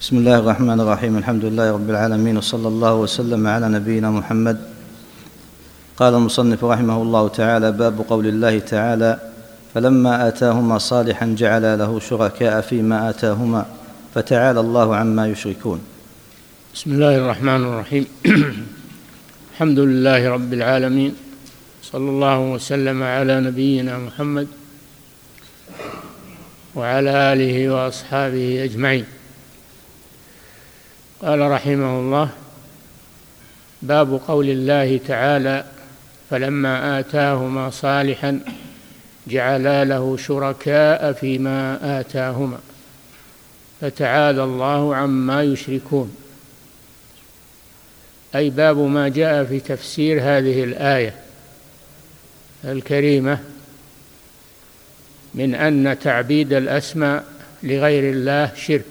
بسم الله الرحمن الرحيم. الحمد لله رب العالمين، وصلى الله وسلم على نبينا محمد. قال المصنف رحمه الله تعالى: باب قول الله تعالى: فلما آتاهما صالحا جعلا له شركاء فيما آتاهما فتعالى الله عما يشركون. بسم الله الرحمن الرحيم. الحمد لله رب العالمين، صلى الله وسلم على نبينا محمد وعلى آله وأصحابه أجمعين. قال رحمه الله: باب قول الله تعالى: فلما آتاهما صالحا جعلا له شركاء فيما آتاهما فتعالى الله عما يشركون. أي باب ما جاء في تفسير هذه الآية الكريمة من أن تعبيد الأسماء لغير الله شرك،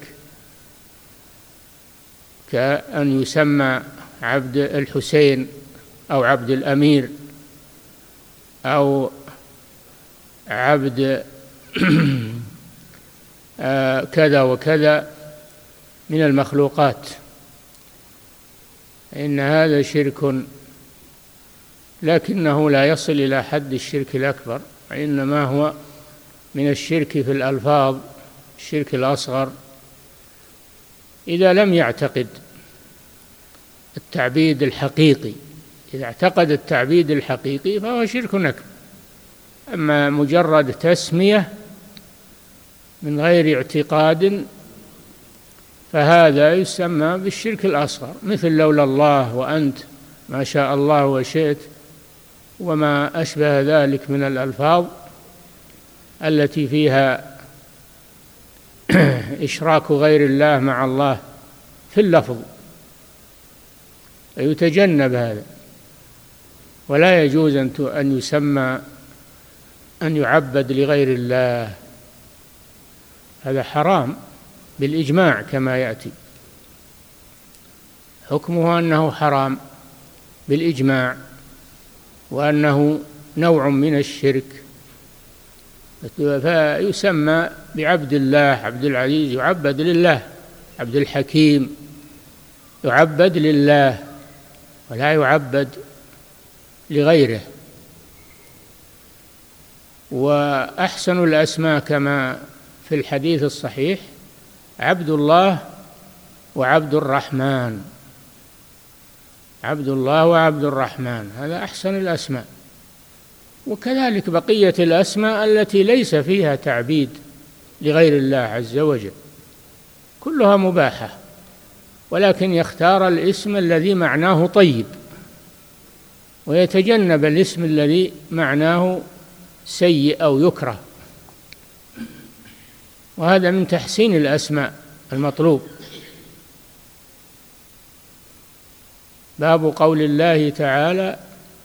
كأن يسمى عبد الحسين أو عبد الأمير أو عبد كذا وكذا من المخلوقات، إن هذا شرك، لكنه لا يصل إلى حد الشرك الأكبر، إنما هو من الشرك في الألفاظ، الشرك الأصغر، إذا لم يعتقد التعبيد الحقيقي. إذا اعتقد التعبيد الحقيقي فهو شرك أكبر. أما مجرد تسمية من غير اعتقاد فهذا يسمى بالشرك الأصغر، مثل لولا الله وأنت ما شاء الله وشئت وما أشبه ذلك من الألفاظ التي فيها إشراك غير الله مع الله في اللفظ، يتجنب هذا، ولا يجوز أن يسمى أن يعبد لغير الله، هذا حرام بالإجماع كما يأتي، حكمه أنه حرام بالإجماع، وأنه نوع من الشرك، فيسمى بعبد الله، عبد العزيز يعبد لله، عبد الحكيم يعبد لله ولا يعبد لغيره. وأحسن الأسماء كما في الحديث الصحيح عبد الله وعبد الرحمن، عبد الله وعبد الرحمن، هذا أحسن الأسماء. وكذلك بقية الأسماء التي ليس فيها تعبيد لغير الله عز وجل كلها مباحة، ولكن يختار الاسم الذي معناه طيب، ويتجنب الاسم الذي معناه سيء أو يكره، وهذا من تحسين الأسماء المطلوب. باب قول الله تعالى: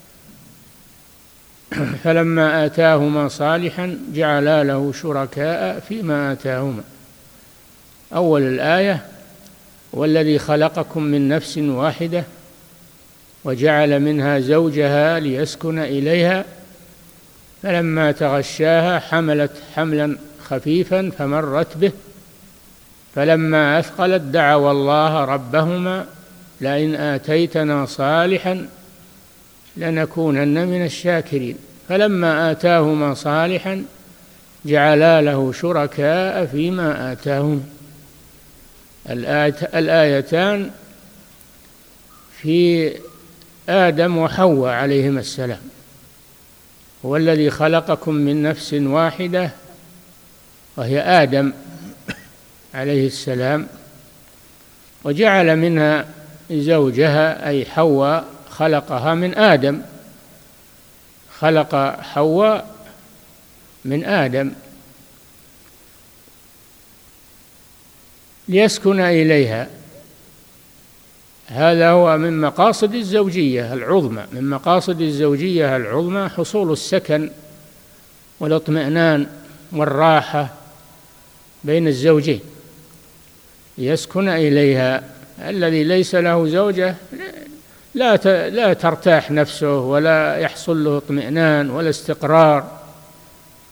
فلما آتاهما صالحا جعلا له شركاء فيما آتاهما. أول الآية: والذي خلقكم من نفس واحدة وجعل منها زوجها ليسكن إليها فلما تغشاها حملت حملا خفيفا فمرت به فلما أثقلت دعوا الله ربهما لئن آتيتنا صالحا لنكونن من الشاكرين فلما آتاهما صالحا جعلا له شركاء فيما آتاهما. الآيتان في آدم وحواء عليهما السلام. هو الذي خلقكم من نفس واحدة وهي آدم عليه السلام، وجعل منها زوجها أي حواء، خلقها من آدم، خلق حواء من آدم ليسكن إليها. هذا هو من مقاصد الزوجية العظمى، من مقاصد الزوجية العظمى حصول السكن والاطمئنان والراحة بين الزوجين، يسكن إليها. الذي ليس له زوجة لا ترتاح نفسه ولا يحصل له اطمئنان ولا استقرار،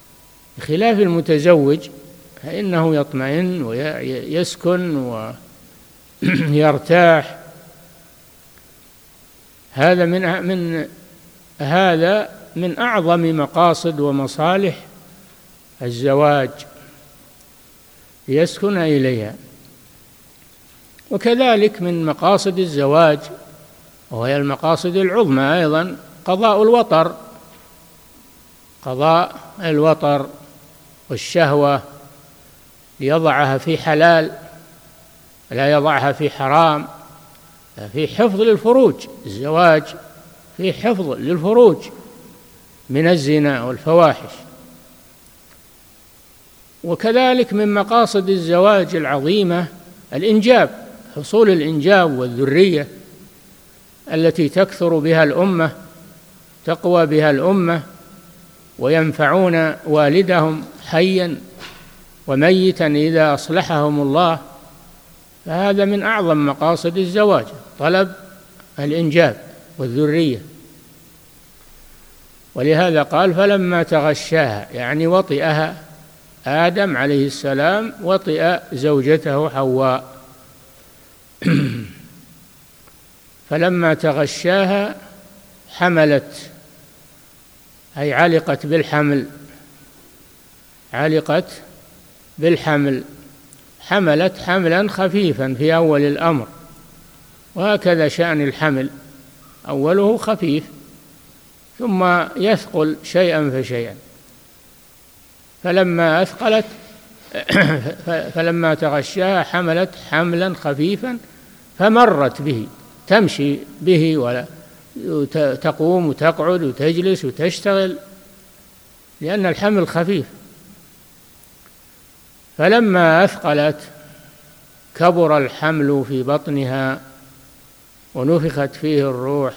بخلاف المتزوج فإنه يطمئن ويسكن يرتاح. هذا من أعظم مقاصد ومصالح الزواج، ليسكن إليها. وكذلك من مقاصد الزواج، وهي المقاصد العظمى أيضا، قضاء الوطر والشهوة، ليضعها في حلال لا يضعها في حرام، في حفظ للفروج. الزواج في حفظ للفروج من الزنا والفواحش. وكذلك من مقاصد الزواج العظيمة الإنجاب، حصول الإنجاب والذرية التي تكثر بها الأمة، تقوى بها الأمة، وينفعون والدهم حيا وميتا إذا أصلحهم الله. فهذا من أعظم مقاصد الزواج، طلب الإنجاب والذرية. ولهذا قال فلما تغشاها، يعني وطئها. آدم عليه السلام وطئ زوجته حواء. فلما تغشاها حملت، أي علقت بالحمل، حملت حملا خفيفا في أول الأمر. وهكذا شأن الحمل، أوله خفيف ثم يثقل شيئا فشيئا. فلما أثقلت فلما تغشاها حملت حملا خفيفا فمرت به، تمشي به ولا تقوم وتقعد وتجلس وتشتغل، لأن الحمل خفيف. فلما أثقلت كبر الحمل في بطنها ونفخت فيه الروح.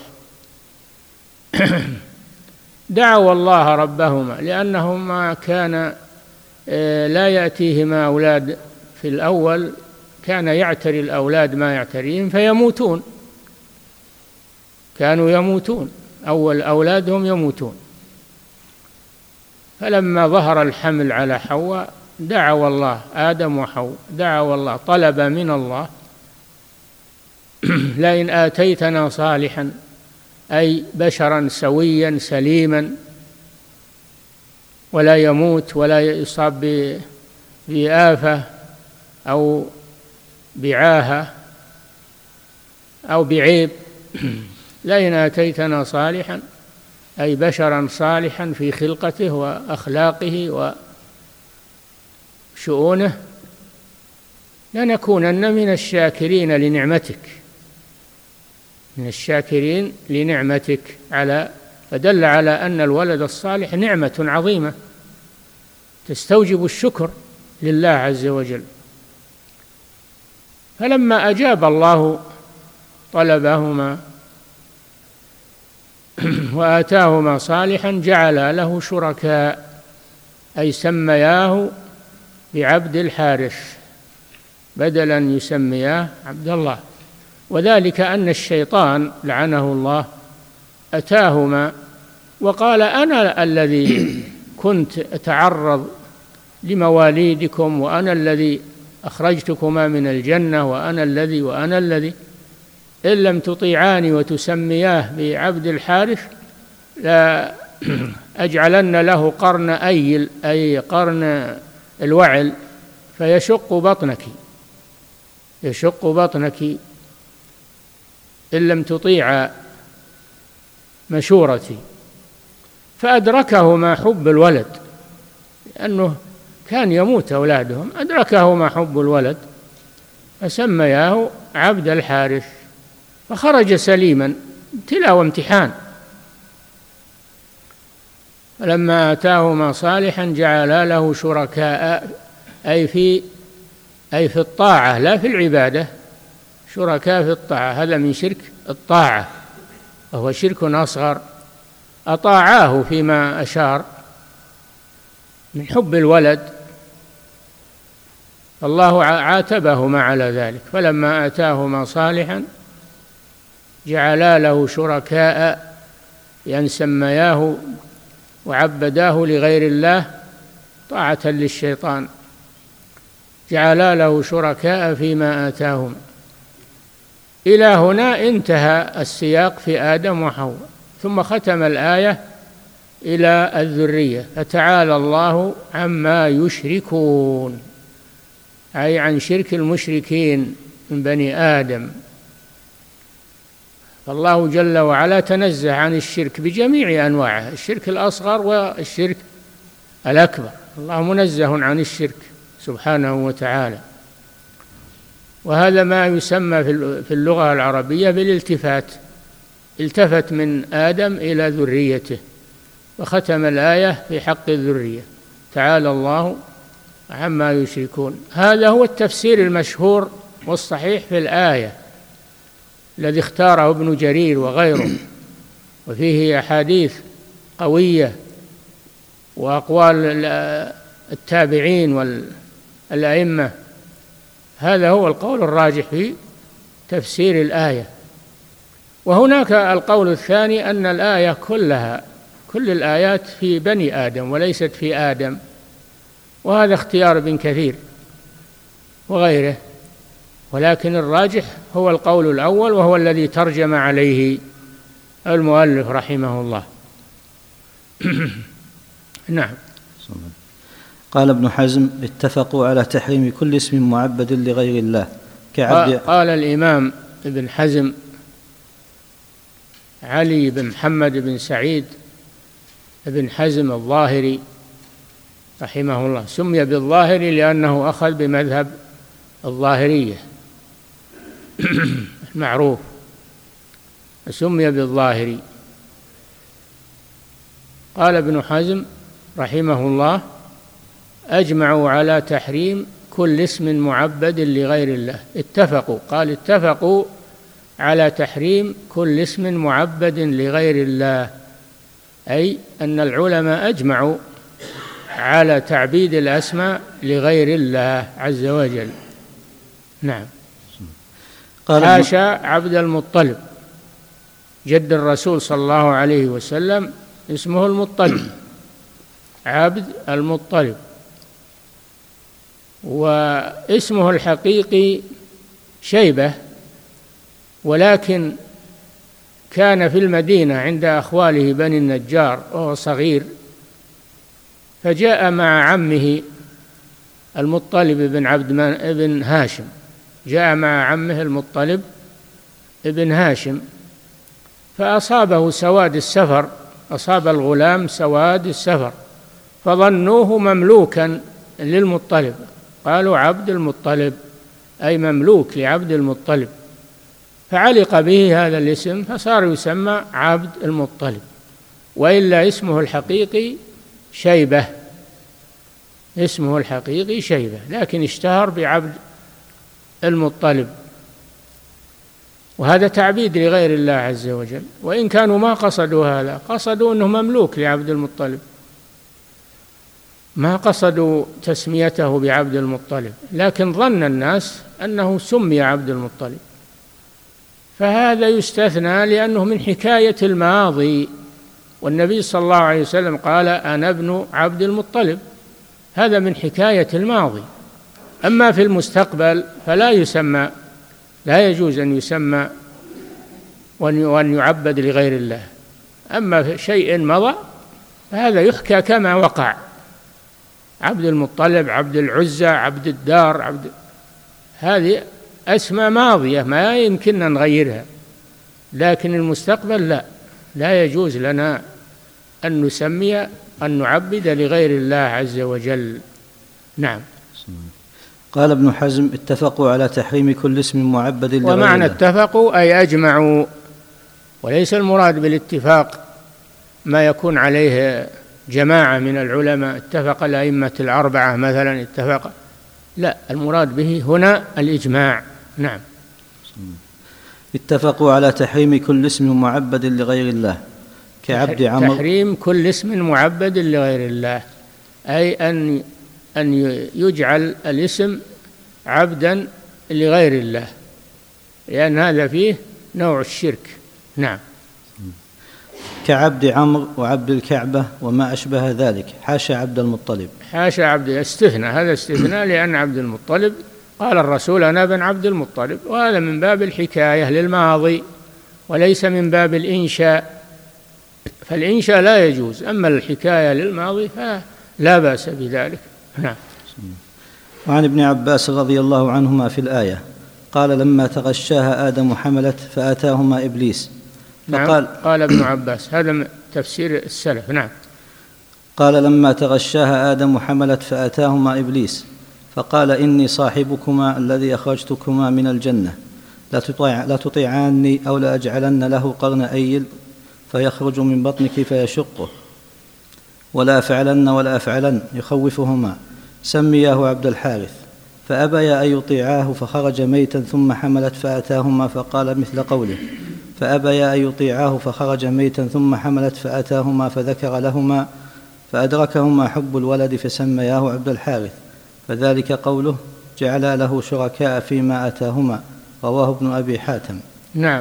دعوا الله ربهما، لأنهما كان لا يأتيهما أولاد في الأول، كان يعتري الأولاد ما يعتريهم فيموتون، كانوا يموتون، أول أولادهم يموتون. فلما ظهر الحمل على حواء دعوا الله، آدم وحواء دعوا الله، طلب من الله لئن آتيتنا صالحا، أي بشرا سويا سليما ولا يموت ولا يصاب بآفة أو بعاهة أو بعيب، لئن آتيتنا صالحا أي بشرا صالحا في خلقته وأخلاقه وشؤونه، لنكونن من الشاكرين لنعمتك، من الشاكرين لنعمتك. فدل على أن الولد الصالح نعمة عظيمة تستوجب الشكر لله عز وجل. فلما أجاب الله طلبهما وآتاهما صالحا جعل له شركاء، أي سمياه بعبد الحارث بدلا يسمياه عبد الله. وذلك أن الشيطان لعنه الله أتاهما وقال أنا الذي كنت أتعرض لمواليدكم، وأنا الذي أخرجتكما من الجنة، وأنا الذي إن لم تطيعاني وتسمياه بعبد الحارث لا أجعلن له قرن أيل، أي قرن الوعل، فيشق بطنك إن لم تطيع مشورتي. فأدركهما حب الولد، لأنه كان يموت أولادهم، أدركهما حب الولد فسمياه عبد الحارث، فخرج سليما، ابتلاء وامتحان. فلما آتاهما صالحا جعل له شركاء، أي في الطاعة لا في العبادة، شركاء في الطاعة، هذا من شرك الطاعة وهو شرك أصغر، أطاعاه فيما أشار من حب الولد، الله عاتبهما على ذلك. فلما آتاهما صالحا جعلا له شركاء، يعني سمياه وعبداه لغير الله طاعة للشيطان، جعلا له شركاء فيما آتاهما. إلى هنا انتهى السياق في آدم وحواء، ثم ختم الآية إلى الذرية، فتعالى الله عما يشركون، أي عن شرك المشركين من بني آدم. فالله جل وعلا تنزه عن الشرك بجميع أنواعه، الشرك الأصغر والشرك الأكبر، الله منزه عن الشرك سبحانه وتعالى. وهذا ما يسمى في اللغة العربية بالالتفات، التفت من آدم إلى ذريته، وختم الآية في حق الذرية، تعالى الله عما يشركون. هذا هو التفسير المشهور والصحيح في الآية الذي اختاره ابن جرير وغيره، وفيه أحاديث قوية وأقوال التابعين والأئمة. هذا هو القول الراجح في تفسير الآية. وهناك القول الثاني أن الآية كلها، كل الآيات في بني آدم وليست في آدم، وهذا اختيار ابن كثير وغيره، ولكن الراجح هو القول الأول، وهو الذي ترجم عليه المؤلف رحمه الله. نعم. قال ابن حزم: اتفقوا على تحريم كل اسم معبد لغير الله كعبد. قال الإمام ابن حزم علي بن محمد بن سعيد ابن حزم الظاهري رحمه الله، سمي بالظاهري لأنه أخذ بمذهب الظاهرية معروف، سمي بالظاهري. قال ابن حزم رحمه الله: أجمعوا على تحريم كل اسم معبد لغير الله. اتفقوا، قال اتفقوا على تحريم كل اسم معبد لغير الله، أي أن العلماء أجمعوا على تعبيد الأسماء لغير الله عز وجل. نعم. حاشا عبد المطلب جد الرسول صلى الله عليه وسلم اسمه المطلب، عبد المطلب، واسمه الحقيقي شيبة، ولكن كان في المدينة عند أخواله بني النجار وهو صغير، فجاء مع عمه المطلب بن هاشم، جاء مع عمه المطلب ابن هاشم، فأصابه سواد السفر، أصاب الغلام سواد السفر، فظنوه مملوكا للمطلب، قالوا عبد المطلب، أي مملوك لعبد المطلب، فعلق به هذا الاسم فصار يسمى عبد المطلب، وإلا اسمه الحقيقي شيبة، اسمه الحقيقي شيبة، لكن اشتهر بعبد المطلب. وهذا تعبيد لغير الله عز وجل، وإن كانوا ما قصدوا هذا، قصدوا أنه مملوك لعبد المطلب، ما قصدوا تسميته بعبد المطلب، لكن ظن الناس أنه سمي عبد المطلب، فهذا يستثنى لأنه من حكاية الماضي، والنبي صلى الله عليه وسلم قال: أنا ابن عبد المطلب، هذا من حكاية الماضي. أما في المستقبل فلا يسمى، لا يجوز أن يسمى وأن يعبد لغير الله. أما في شيء مضى فهذا يحكى كما وقع، عبد المطلب، عبد العزى، عبد الدار، هذه أسماء ماضية ما يمكننا نغيرها، لكن المستقبل لا يجوز لنا أن نسمي، أن نعبد لغير الله عز وجل. نعم. قال ابن حزم: اتفقوا على تحريم كل اسم معبد لغير الله. ومعنى اتفقوا أي أجمعوا، وليس المراد بالاتفاق ما يكون عليه جماعة من العلماء، اتفق الأئمة الأربعة مثلا، اتفق، لا، المراد به هنا الإجماع. نعم. اتفقوا على تحريم كل اسم معبد لغير الله كعبد عمرو. تحريم كل اسم معبد لغير الله، أي أن يجعل الاسم عبدا لغير الله، لأن هذا فيه نوع الشرك. نعم. كعبد عمرو وعبد الكعبة وما أشبه ذلك، حاشا عبد المطلب. حاشا عبد، استثناء، هذا استثناء، لأن عبد المطلب قال الرسول أنا بن عبد المطلب، وهذا من باب الحكاية للماضي وليس من باب الإنشاء، فالإنشاء لا يجوز، أما الحكاية للماضي فلا بأس بذلك. نعم. وعن ابن عباس رضي الله عنهما في الآية قال لما تغشاها آدم حملت فأتاهما إبليس فقال نعم. قال ابن عباس، هذا من تفسير السلف. نعم. قال لما تغشاها آدم حملت فأتاهما إبليس فقال إني صاحبكما الذي أخرجتكما من الجنة، لا تطيعاني أو لأجعلن له قرن أيل فيخرج من بطنك فيشقه، ولا أفعلن يخوفهما، سمياه عبد الحارث، فأبيا أن يطيعاه فخرج ميتا، ثم حملت فأتاهما فقال مثل قوله، فأبيا أن يطيعاه فخرج ميتا ثم حملت فأتاهما فذكر لهما فأدركهما حب الولد فسمياه عبد الحارث، فذلك قوله جعلا له شركاء فيما أتاهما، رواه ابن أبي حاتم. نعم.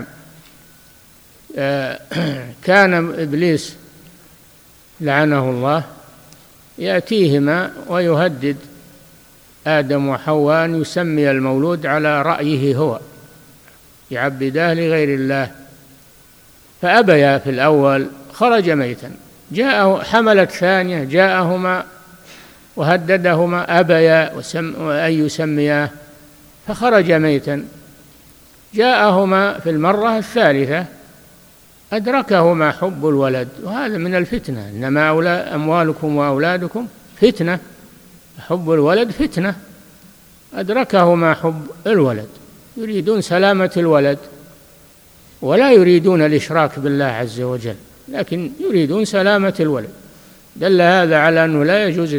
كان إبليس لعنه الله يأتيهما ويهدد آدم وحواء أن يسمي المولود على رأيه هو، يعبداه لغير الله، فأبيا في الأول، خرج ميتا. جاءه حملت ثانية، جاءهما وهددهما، أبيا أن يسمياه فخرج ميتا. جاءهما في المرة الثالثة أدركهما حب الولد، وهذا من الفتنة، إنما أموالكم وأولادكم فتنة، حب الولد فتنة. أدركهما حب الولد، يريدون سلامة الولد ولا يريدون الإشراك بالله عز وجل، لكن يريدون سلامة الولد. دل هذا على أنه لا يجوز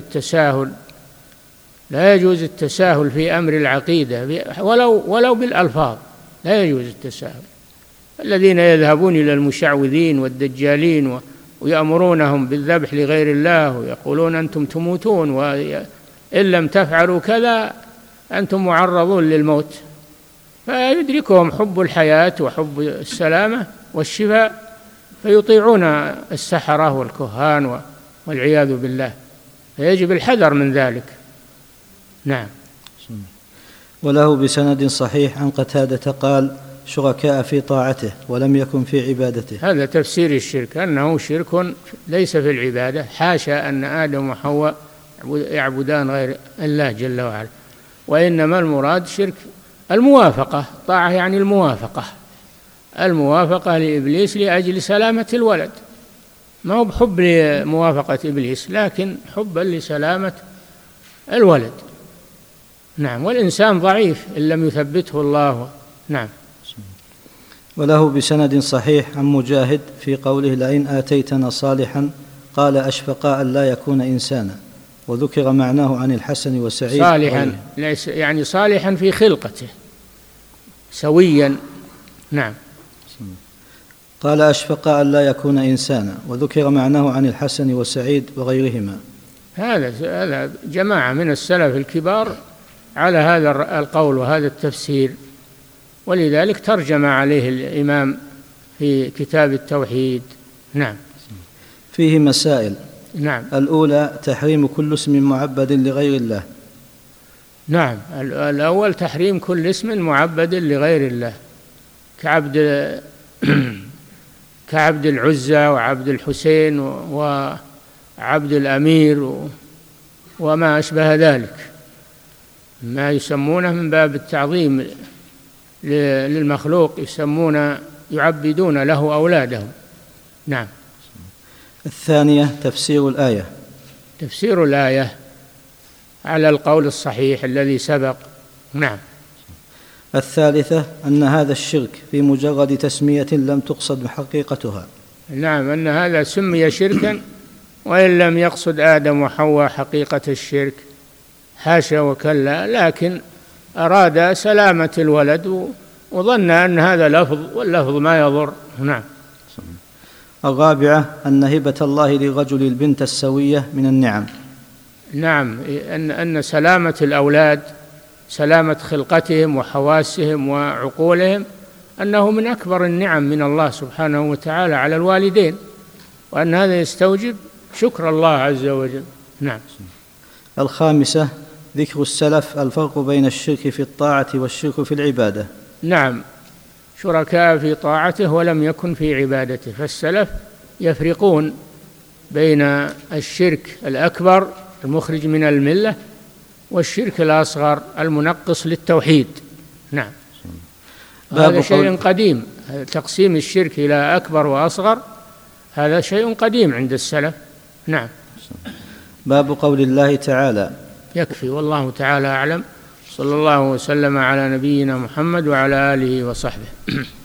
التساهل في أمر العقيدة ولو بالألفاظ، لا يجوز التساهل. الذين يذهبون إلى المشعوذين والدجالين ويأمرونهم بالذبح لغير الله ويقولون أنتم تموتون، وإن لم تفعلوا كذا أنتم معرضون للموت، فيدركهم حب الحياة وحب السلامة والشفاء، فيطيعون السحرة والكهان والعياذ بالله، فيجب الحذر من ذلك. نعم. وله بسند صحيح عن قتادة قال شركاء في طاعته ولم يكن في عبادته. هذا تفسير الشرك، أنه شرك ليس في العبادة، حاشا أن آدم وحواء يعبدان غير الله جل وعلا، وإنما المراد شرك الموافقة. طاعة يعني الموافقة لإبليس لأجل سلامة الولد، ما هو بحب لموافقة إبليس، لكن حبا لسلامة الولد. نعم. والإنسان ضعيف إن لم يثبته الله. نعم. وله بسند صحيح عن مجاهد في قوله لئن آتيتنا صالحا قال أشفقا أن لا يكون إنسانا، وذكر معناه عن الحسن وسعيد. صالحا يعني صالحا في خلقته سويا. نعم. قال أشفقا أن لا يكون إنسانا، وذكر معناه عن الحسن وسعيد وغيرهما. هذا جماعة من السلف الكبار على هذا القول وهذا التفسير، ولذلك ترجم عليه الإمام في كتاب التوحيد. نعم. فيه مسائل. نعم. الأولى تحريم كل اسم معبد لغير الله. نعم. الأول تحريم كل اسم معبد لغير الله، كعبد العزى وعبد الحسين وعبد الأمير وما أشبه ذلك، ما يسمونه من باب التعظيم للمخلوق، يعبدون له أولادهم. نعم. الثانية تفسير الآية. تفسير الآية على القول الصحيح الذي سبق. نعم. الثالثة أن هذا الشرك في مجرد تسمية لم تقصد حقيقتها. نعم، أن هذا سمي شركا وإن لم يقصد آدم وحواء حقيقة الشرك، حاشا وكلا، لكن أراد سلامة الولد وظن أن هذا لفظ، واللفظ ما يضر. نعم. الرابعة أن هبة الله للرجل البنت السوية من النعم. نعم، أن سلامة الأولاد، سلامة خلقتهم وحواسهم وعقولهم، أنه من أكبر النعم من الله سبحانه وتعالى على الوالدين، وأن هذا يستوجب شكر الله عز وجل. نعم. الخامسة ذكر السلف الفرق بين الشرك في الطاعة والشرك في العبادة. نعم، شركاء في طاعته ولم يكن في عبادته، فالسلف يفرقون بين الشرك الأكبر المخرج من الملة والشرك الأصغر المنقص للتوحيد. نعم، هذا شيء قديم، تقسيم الشرك إلى أكبر وأصغر هذا شيء قديم عند السلف. نعم. باب قول الله تعالى. يكفي، والله تعالى أعلم، صلى الله وسلم على نبينا محمد وعلى آله وصحبه.